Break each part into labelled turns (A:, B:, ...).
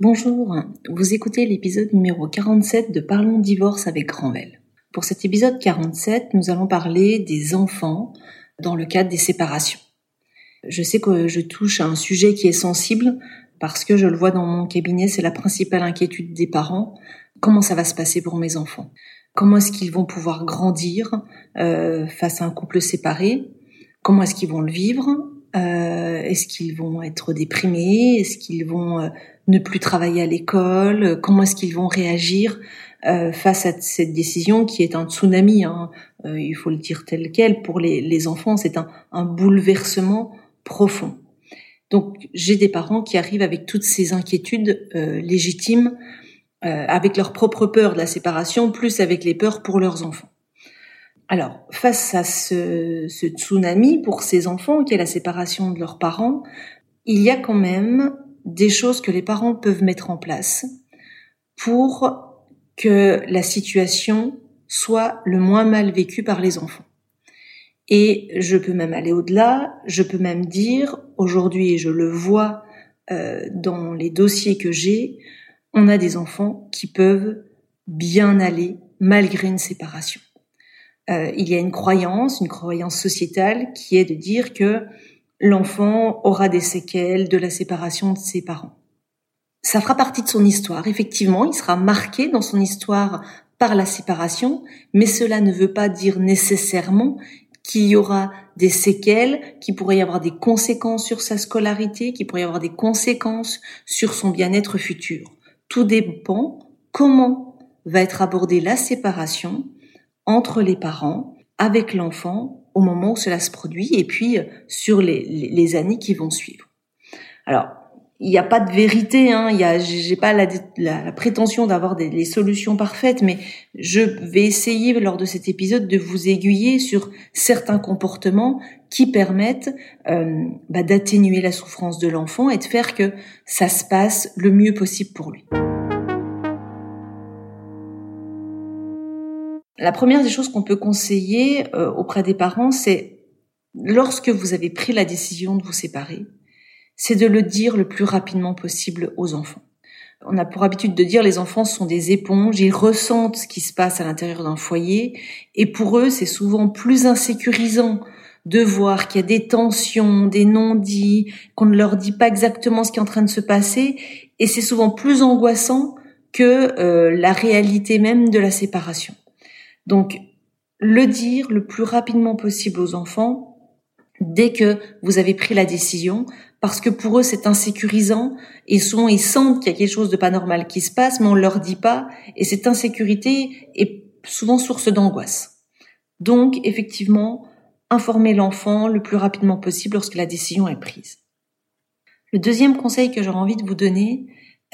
A: Bonjour, vous écoutez l'épisode numéro 47 de Parlons divorce avec Granvelle. Pour cet épisode 47, nous allons parler des enfants dans le cadre des séparations. Je sais que je touche à un sujet qui est sensible parce que je le vois dans mon cabinet, c'est la principale inquiétude des parents. Comment ça va se passer pour mes enfants ? Comment est-ce qu'ils vont pouvoir grandir face à un couple séparé ? Comment est-ce qu'ils vont le vivre ? Est-ce qu'ils vont être déprimés ? Est-ce qu'ils vont ne plus travailler à l'école ? Comment est-ce qu'ils vont réagir face à cette décision qui est un tsunami, il faut le dire tel quel, pour les enfants, c'est un bouleversement profond. Donc j'ai des parents qui arrivent avec toutes ces inquiétudes légitimes, avec leur propre peur de la séparation, plus avec les peurs pour leurs enfants. Alors, face à ce tsunami pour ces enfants, qui est la séparation de leurs parents, il y a quand même des choses que les parents peuvent mettre en place pour que la situation soit le moins mal vécue par les enfants. Et je peux même aller au-delà, je peux même dire, aujourd'hui, et je le vois dans les dossiers que j'ai, on a des enfants qui peuvent bien aller malgré une séparation. Il y a une croyance sociétale qui est de dire que l'enfant aura des séquelles de la séparation de ses parents. Ça fera partie de son histoire. Effectivement, il sera marqué dans son histoire par la séparation, mais cela ne veut pas dire nécessairement qu'il y aura des séquelles, qu'il pourrait y avoir des conséquences sur sa scolarité, qu'il pourrait y avoir des conséquences sur son bien-être futur. Tout dépend comment va être abordée la séparation entre les parents, avec l'enfant, au moment où cela se produit, et puis sur les années qui vont suivre. Alors, il n'y a pas de vérité, j'ai pas la prétention d'avoir les solutions parfaites, mais je vais essayer lors de cet épisode de vous aiguiller sur certains comportements qui permettent d'atténuer la souffrance de l'enfant et de faire que ça se passe le mieux possible pour lui. La première des choses qu'on peut conseiller auprès des parents, c'est lorsque vous avez pris la décision de vous séparer, c'est de le dire le plus rapidement possible aux enfants. On a pour habitude de dire les enfants sont des éponges, ils ressentent ce qui se passe à l'intérieur d'un foyer et pour eux, c'est souvent plus insécurisant de voir qu'il y a des tensions, des non-dits, qu'on ne leur dit pas exactement ce qui est en train de se passer et c'est souvent plus angoissant que la réalité même de la séparation. Donc, le dire le plus rapidement possible aux enfants dès que vous avez pris la décision, parce que pour eux c'est insécurisant et souvent ils sentent qu'il y a quelque chose de pas normal qui se passe, mais on leur dit pas et cette insécurité est souvent source d'angoisse. Donc, effectivement, informer l'enfant le plus rapidement possible lorsque la décision est prise. Le deuxième conseil que j'aurais envie de vous donner,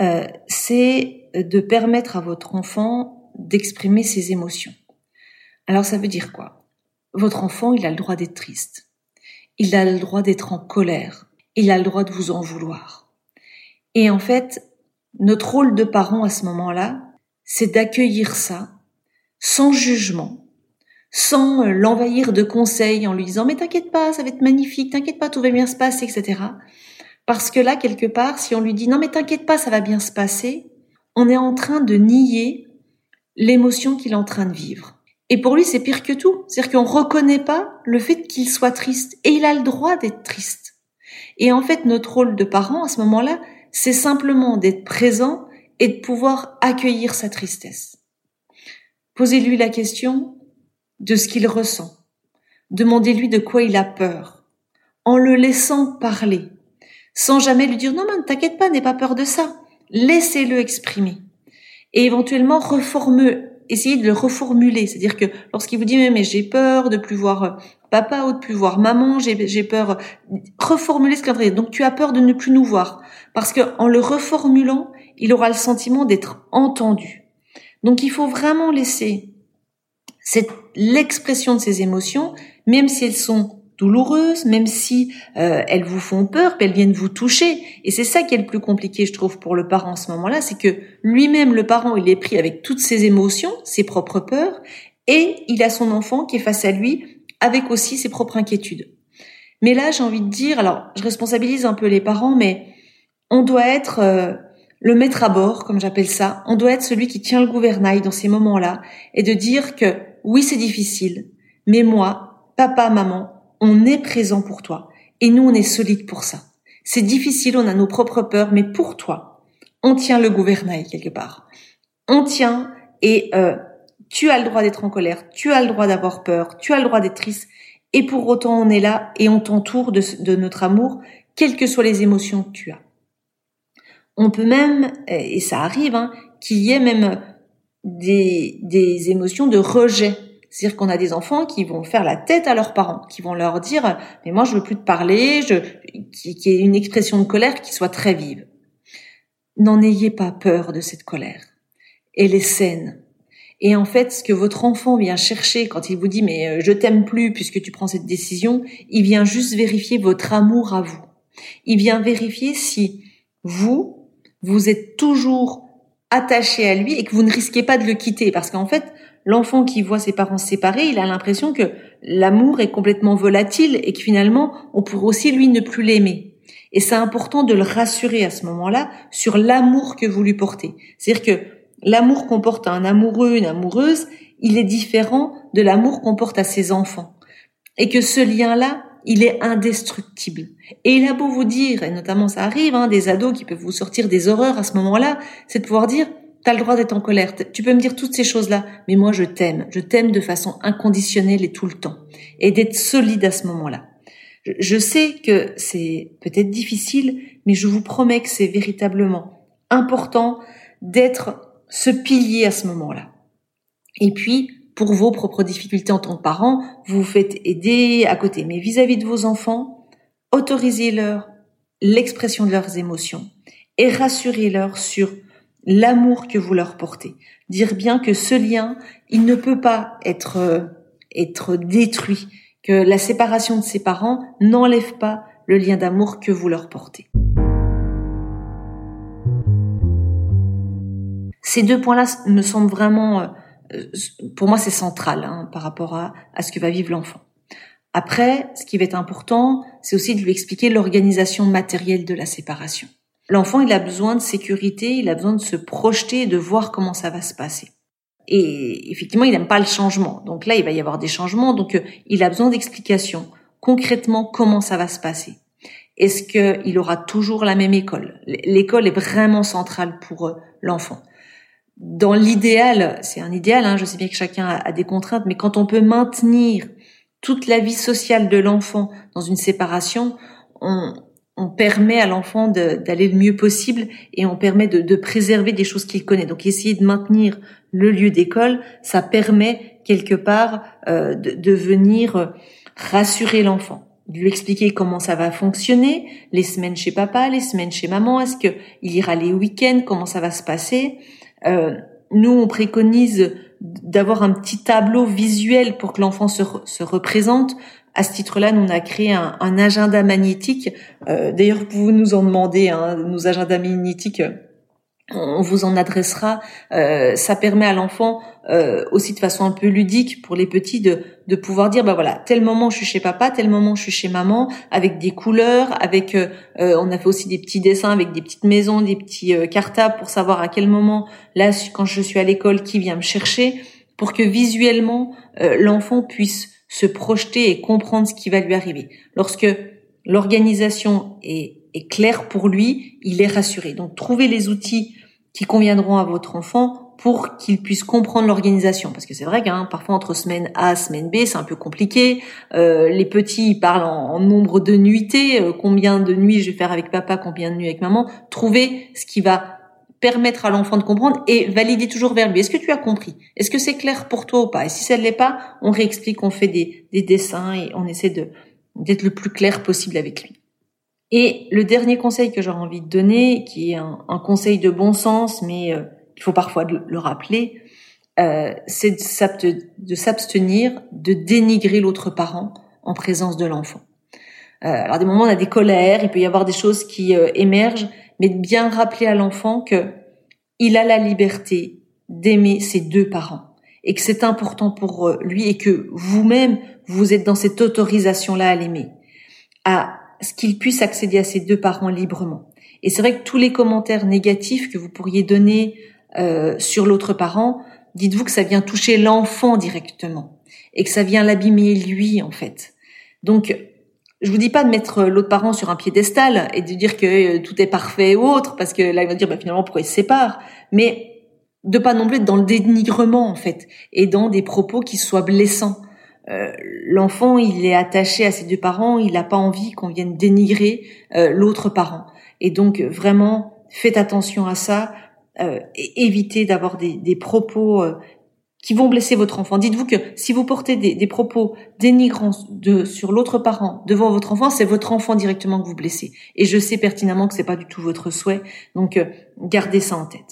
A: c'est de permettre à votre enfant d'exprimer ses émotions. Alors ça veut dire quoi ? Votre enfant, il a le droit d'être triste. Il a le droit d'être en colère. Il a le droit de vous en vouloir. Et en fait, notre rôle de parent à ce moment-là, c'est d'accueillir ça sans jugement, sans l'envahir de conseils en lui disant « mais t'inquiète pas, ça va être magnifique, t'inquiète pas, tout va bien se passer, etc. » Parce que là, quelque part, si on lui dit « non mais t'inquiète pas, ça va bien se passer », on est en train de nier l'émotion qu'il est en train de vivre. Et pour lui, c'est pire que tout. C'est-à-dire qu'on reconnaît pas le fait qu'il soit triste. Et il a le droit d'être triste. Et en fait, notre rôle de parent, à ce moment-là, c'est simplement d'être présent et de pouvoir accueillir sa tristesse. Posez-lui la question de ce qu'il ressent. Demandez-lui de quoi il a peur. En le laissant parler. Sans jamais lui dire « non, mais ne t'inquiète pas, n'aie pas peur de ça ». Laissez-le exprimer. Et éventuellement, essayez de le reformuler, c'est-à-dire que lorsqu'il vous dit mais j'ai peur de plus voir papa ou de plus voir maman, j'ai peur, reformulez ce qu'il est en train de dire. Donc tu as peur de ne plus nous voir parce que en le reformulant, il aura le sentiment d'être entendu. Donc il faut vraiment laisser l'expression de ses émotions, même si elles sont douloureuses, même si elles vous font peur, puis elles viennent vous toucher. Et c'est ça qui est le plus compliqué, je trouve, pour le parent en ce moment-là, c'est que lui-même, le parent, il est pris avec toutes ses émotions, ses propres peurs, et il a son enfant qui est face à lui avec aussi ses propres inquiétudes. Mais là, j'ai envie de dire, alors je responsabilise un peu les parents, mais on doit être le maître à bord, comme j'appelle ça. On doit être celui qui tient le gouvernail dans ces moments-là et de dire que oui, c'est difficile, mais moi, papa, maman, on est présent pour toi et nous, on est solide pour ça. C'est difficile, on a nos propres peurs, mais pour toi, on tient le gouvernail quelque part. On tient et tu as le droit d'être en colère, tu as le droit d'avoir peur, tu as le droit d'être triste et pour autant, on est là et on t'entoure de notre amour, quelles que soient les émotions que tu as. On peut même, et ça arrive, qu'il y ait même des émotions de rejet. C'est-à-dire qu'on a des enfants qui vont faire la tête à leurs parents, qui vont leur dire « mais moi je veux plus te parler », qui est une expression de colère qui soit très vive. N'en ayez pas peur de cette colère. Elle est saine. Et en fait, ce que votre enfant vient chercher quand il vous dit « mais je t'aime plus puisque tu prends cette décision », il vient juste vérifier votre amour à vous. Il vient vérifier si vous êtes toujours attaché à lui et que vous ne risquez pas de le quitter. Parce qu'en fait, l'enfant qui voit ses parents se séparer, il a l'impression que l'amour est complètement volatile et que finalement, on pourrait aussi lui ne plus l'aimer. Et c'est important de le rassurer à ce moment-là sur l'amour que vous lui portez. C'est-à-dire que l'amour qu'on porte à un amoureux, une amoureuse, il est différent de l'amour qu'on porte à ses enfants. Et que ce lien-là, il est indestructible. Et il a beau vous dire, et notamment ça arrive, des ados qui peuvent vous sortir des horreurs à ce moment-là, c'est de pouvoir dire, t'as le droit d'être en colère, tu peux me dire toutes ces choses-là, mais moi je t'aime de façon inconditionnelle et tout le temps. Et d'être solide à ce moment-là. Je sais que c'est peut-être difficile, mais je vous promets que c'est véritablement important d'être ce pilier à ce moment-là. Et puis, pour vos propres difficultés en tant que parents, vous vous faites aider à côté. Mais vis-à-vis de vos enfants, autorisez-leur l'expression de leurs émotions et rassurez-leur sur l'amour que vous leur portez. Dire bien que ce lien, il ne peut pas être détruit, que la séparation de ses parents n'enlève pas le lien d'amour que vous leur portez. Ces deux points-là me semblent vraiment... pour moi, c'est central par rapport à ce que va vivre l'enfant. Après, ce qui va être important, c'est aussi de lui expliquer l'organisation matérielle de la séparation. L'enfant, il a besoin de sécurité, il a besoin de se projeter et de voir comment ça va se passer. Et effectivement, il n'aime pas le changement. Donc là, il va y avoir des changements, donc il a besoin d'explications. Concrètement, comment ça va se passer ? Est-ce qu'il aura toujours la même école ? L'école est vraiment centrale pour l'enfant. Dans l'idéal, c'est un idéal, je sais bien que chacun a des contraintes, mais quand on peut maintenir toute la vie sociale de l'enfant dans une séparation, on permet à l'enfant d'aller le mieux possible et on permet de préserver des choses qu'il connaît. Donc essayer de maintenir le lieu d'école, ça permet quelque part de venir rassurer l'enfant, de lui expliquer comment ça va fonctionner, les semaines chez papa, les semaines chez maman, est-ce qu'il ira les week-ends, comment ça va se passer. Nous, on préconise d'avoir un petit tableau visuel pour que l'enfant se représente. À ce titre-là, nous, on a créé un agenda magnétique. D'ailleurs, vous nous en demandez, nos agendas magnétiques, on vous en adressera. Ça permet à l'enfant, aussi de façon un peu ludique pour les petits, de pouvoir dire, voilà, tel moment je suis chez papa, tel moment je suis chez maman, avec des couleurs, avec on a fait aussi des petits dessins avec des petites maisons, des petits cartables pour savoir à quel moment, là, quand je suis à l'école, qui vient me chercher, pour que visuellement l'enfant puisse se projeter et comprendre ce qui va lui arriver. Lorsque l'organisation est claire pour lui, il est rassuré. Donc, trouvez les outils qui conviendront à votre enfant pour qu'il puisse comprendre l'organisation. Parce que c'est vrai parfois entre semaine A, semaine B, c'est un peu compliqué. Les petits, ils parlent en nombre de nuitées. Combien de nuits je vais faire avec papa, combien de nuits avec maman. Trouvez ce qui va permettre à l'enfant de comprendre et valider toujours vers lui. Est-ce que tu as compris ? Est-ce que c'est clair pour toi ou pas ? Et si ça ne l'est pas, on réexplique, on fait des dessins et on essaie d'être le plus clair possible avec lui. Et le dernier conseil que j'aurais envie de donner, qui est un conseil de bon sens, mais il faut parfois le rappeler, c'est de s'abstenir de dénigrer l'autre parent en présence de l'enfant. Alors à des moments on a des colères, il peut y avoir des choses qui émergent, mais de bien rappeler à l'enfant que il a la liberté d'aimer ses deux parents et que c'est important pour lui et que vous-même vous êtes dans cette autorisation-là à l'aimer, à ce qu'il puisse accéder à ses deux parents librement. Et c'est vrai que tous les commentaires négatifs que vous pourriez donner sur l'autre parent, dites-vous que ça vient toucher l'enfant directement et que ça vient l'abîmer lui en fait. Donc je vous dis pas de mettre l'autre parent sur un piédestal et de dire que tout est parfait ou autre, parce que là il va dire finalement pourquoi ils se séparent, mais de pas non plus être dans le dénigrement en fait et dans des propos qui soient blessants. L'enfant il est attaché à ses deux parents, il n'a pas envie qu'on vienne dénigrer l'autre parent, et donc vraiment faites attention à ça, et évitez d'avoir des propos qui vont blesser votre enfant. Dites-vous que si vous portez des propos dénigrants sur l'autre parent devant votre enfant, c'est votre enfant directement que vous blessez. Et je sais pertinemment que c'est pas du tout votre souhait. Donc, gardez ça en tête.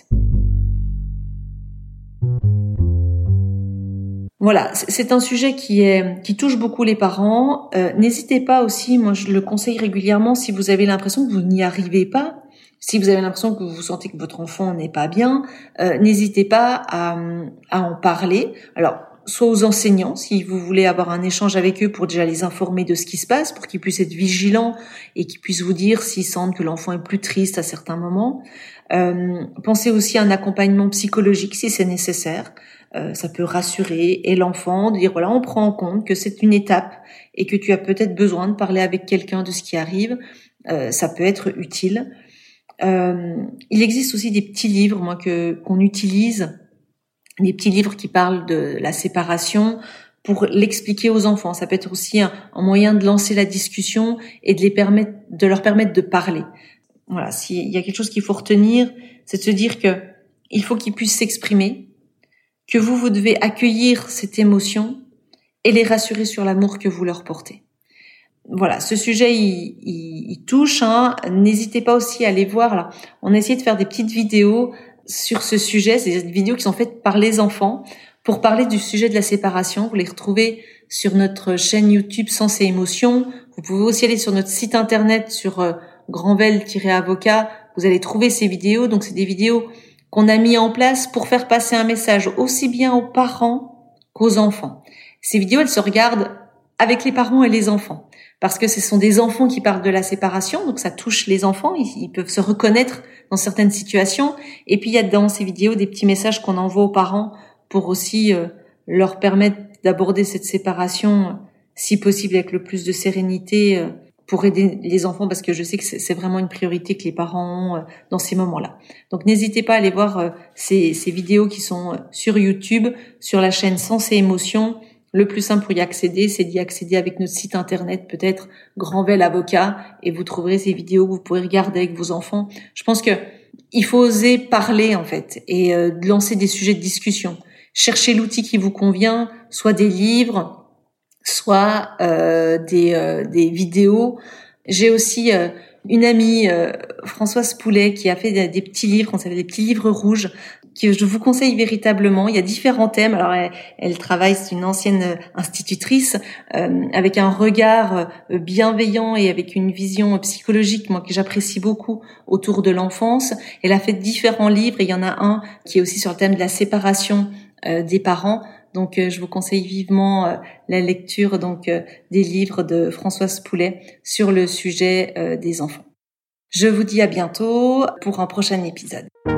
A: Voilà, c'est un sujet qui touche beaucoup les parents. N'hésitez pas aussi, moi je le conseille régulièrement, si vous avez l'impression que vous n'y arrivez pas, si vous avez l'impression que vous sentez que votre enfant n'est pas bien, n'hésitez pas à en parler. Alors, soit aux enseignants, si vous voulez avoir un échange avec eux pour déjà les informer de ce qui se passe, pour qu'ils puissent être vigilants et qu'ils puissent vous dire s'ils sentent que l'enfant est plus triste à certains moments. Pensez aussi à un accompagnement psychologique si c'est nécessaire. Ça peut rassurer et l'enfant, de dire voilà, on prend en compte que c'est une étape et que tu as peut-être besoin de parler avec quelqu'un de ce qui arrive. Ça peut être utile. Il existe aussi des petits livres, qu'on utilise, des petits livres qui parlent de la séparation pour l'expliquer aux enfants. Ça peut être aussi un moyen de lancer la discussion et de leur permettre de parler. Voilà, s'il y a quelque chose qu'il faut retenir, c'est de se dire que il faut qu'ils puissent s'exprimer, que vous devez accueillir cette émotion et les rassurer sur l'amour que vous leur portez. Voilà, ce sujet il touche. N'hésitez pas aussi à aller voir. Alors, on a essayé de faire des petites vidéos sur ce sujet. C'est des vidéos qui sont faites par les enfants pour parler du sujet de la séparation. Vous les retrouvez sur notre chaîne YouTube Sens et Émotions. Vous pouvez aussi aller sur notre site internet sur Granvelle-Avocat. Vous allez trouver ces vidéos. Donc, c'est des vidéos qu'on a mis en place pour faire passer un message aussi bien aux parents qu'aux enfants. Ces vidéos, elles se regardent avec les parents et les enfants, parce que ce sont des enfants qui parlent de la séparation, donc ça touche les enfants, ils peuvent se reconnaître dans certaines situations, et puis il y a dans ces vidéos des petits messages qu'on envoie aux parents pour aussi leur permettre d'aborder cette séparation, si possible avec le plus de sérénité, pour aider les enfants, parce que je sais que c'est vraiment une priorité que les parents ont dans ces moments-là. Donc n'hésitez pas à aller voir ces vidéos qui sont sur YouTube, sur la chaîne Sens et Émotions. Le plus simple pour y accéder, c'est d'y accéder avec notre site internet, peut-être Granvelle Avocat, et vous trouverez ces vidéos que vous pourrez regarder avec vos enfants. Je pense que il faut oser parler en fait et lancer des sujets de discussion. Cherchez l'outil qui vous convient, soit des livres, soit des vidéos. J'ai aussi une amie, Françoise Poulet, qui a fait des petits livres, on s'appelle des petits livres rouges, que je vous conseille véritablement. Il y a différents thèmes. Alors, elle travaille, c'est une ancienne institutrice, avec un regard bienveillant et avec une vision psychologique, moi, que j'apprécie beaucoup, autour de l'enfance. Elle a fait différents livres, et il y en a un qui est aussi sur le thème de la séparation des parents. Donc, je vous conseille vivement la lecture des livres de Françoise Poulet sur le sujet des enfants. Je vous dis à bientôt pour un prochain épisode.